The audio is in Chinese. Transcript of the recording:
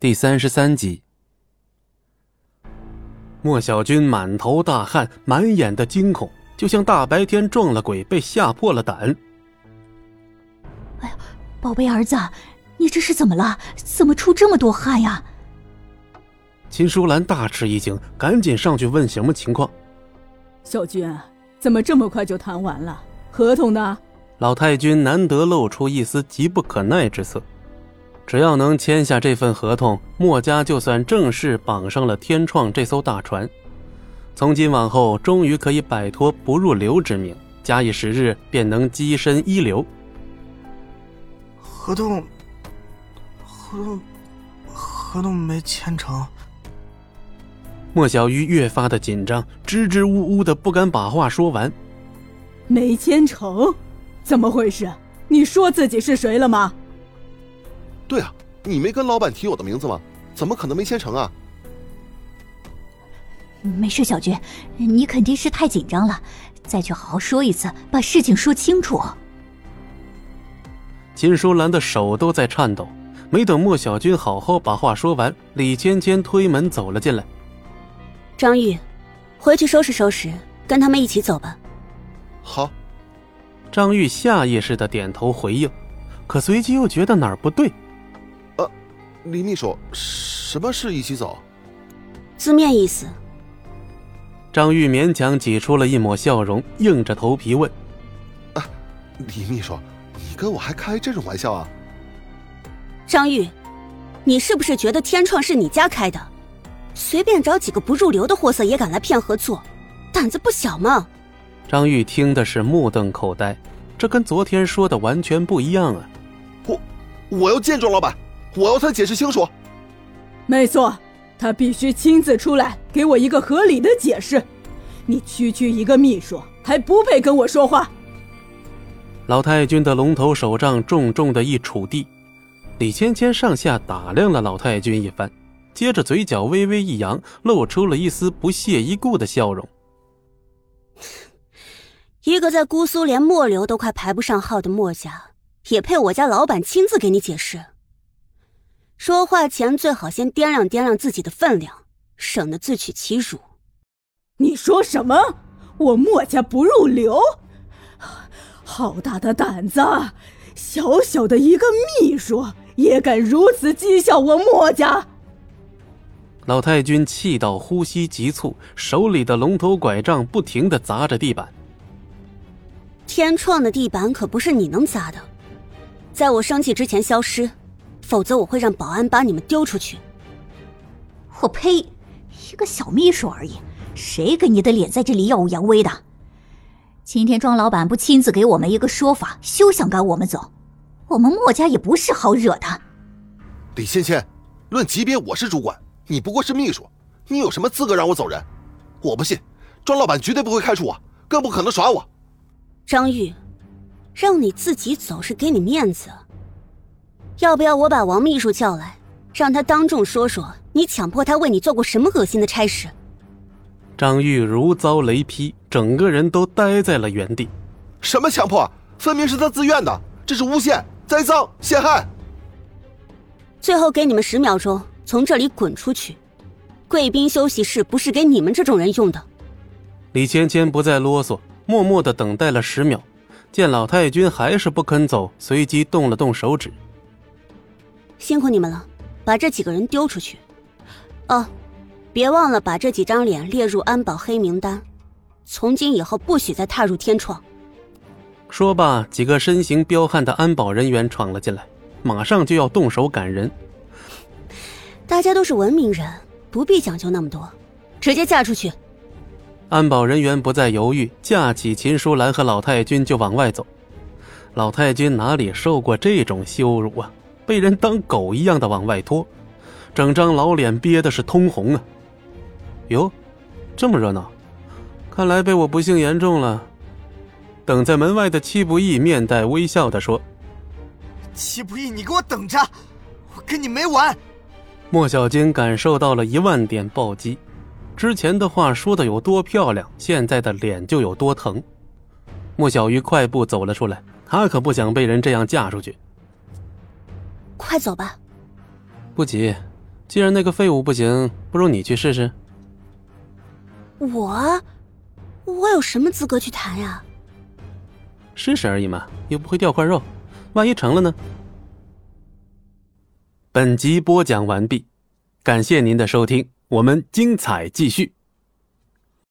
第33集。莫小军满头大汗，满眼的惊恐，就像大白天撞了鬼，被吓破了胆。 哎呀，宝贝儿子，你这是怎么了？怎么出这么多汗呀？ 秦淑兰大吃一惊，赶紧上去问什么情况。 小军，怎么这么快就谈完了？合同呢？ 老太君难得露出一丝急不可耐之色。只要能签下这份合同，墨家就算正式绑上了天创这艘大船。从今往后，终于可以摆脱不入流之名，假以时日，便能跻身一流。 合同没签成。 莫小鱼越发的紧张，支支吾吾的不敢把话说完。 没签成？怎么回事？你说自己是谁了吗？ 对啊，你没跟老板提我的名字吗？怎么可能没签成啊？ 没事，小军，你肯定是太紧张了，再去好好说一次，把事情说清楚。 秦淑兰的手都在颤抖，没等莫小军好好把话说完，李芊芊推门走了进来。 张玉，回去收拾收拾，跟他们一起走吧。 好。 张玉下意识地点头回应，可随即又觉得哪儿不对。 李秘书，什么是一起走？ 字面意思。 张玉勉强挤出了一抹笑容，硬着头皮问： 李秘书，你跟我还开这种玩笑啊？ 张玉，你是不是觉得天创是你家开的？随便找几个不入流的货色也敢来骗合作，胆子不小吗？ 张玉听的是目瞪口呆，这跟昨天说的完全不一样啊！ 我要见庄老板，我要他解释清楚。 没错，他必须亲自出来给我一个合理的解释。你区区一个秘书，还不配跟我说话。 老太君的龙头手杖重重的一杵地，李芊芊上下打量了老太君一番，接着嘴角微微一扬，露出了一丝不屑一顾的笑容。 一个在姑苏连末流都快排不上号的墨家，也配我家老板亲自给你解释？说话前最好先掂量掂量自己的分量，省得自取其辱。 你说什么？我墨家不入流？好大的胆子！小小的一个秘书也敢如此讥笑我墨家！ 老太君气到呼吸急促，手里的龙头拐杖不停地砸着地板。 天创的地板可不是你能砸的，在我生气之前消失，否则我会让保安把你们丢出去。 我呸！一个小秘书而已，谁给你的脸在这里耀武扬威的？今天庄老板不亲自给我们一个说法，休想赶我们走。我们墨家也不是好惹的。 李芊芊，论级别我是主管，你不过是秘书，你有什么资格让我走人？我不信，庄老板绝对不会开除我，更不可能耍我。 张玉，让你自己走是给你面子，要不要我把王秘书叫来，让他当众说说你强迫他为你做过什么恶心的差事？ 张玉如遭雷劈，整个人都呆在了原地。 什么强迫？分明是他自愿的，这是诬陷、栽赃、陷害。 最后给你们10秒钟，从这里滚出去。贵宾休息室不是给你们这种人用的。 李芊芊不再啰嗦，默默地等待了10秒，见老太君还是不肯走，随即动了动手指。 辛苦你们了，把这几个人丢出去。哦，别忘了把这几张脸列入安保黑名单，从今以后不许再踏入天创。 说罢，几个身形彪悍的安保人员闯了进来，马上就要动手赶人。 大家都是文明人，不必讲究那么多，直接嫁出去。 安保人员不再犹豫，架起秦淑兰和老太君就往外走。老太君哪里受过这种羞辱啊，被人当狗一样的往外拖，整张老脸憋的是通红啊。哟，这么热闹，看来被我不幸言中了。等在门外的戚不义面带微笑地说： 戚不义，你给我等着，我跟你没完。 莫小金感受到了10000点暴击，之前的话说的有多漂亮，现在的脸就有多疼。莫小鱼快步走了出来，他可不想被人这样嫁出去。 快走吧。 不急， 既然那个废物不行，不如你去试试。 我有什么资格去谈呀？ 试试而已嘛，又不会掉块肉，万一成了呢？本集播讲完毕，感谢您的收听，我们精彩继续。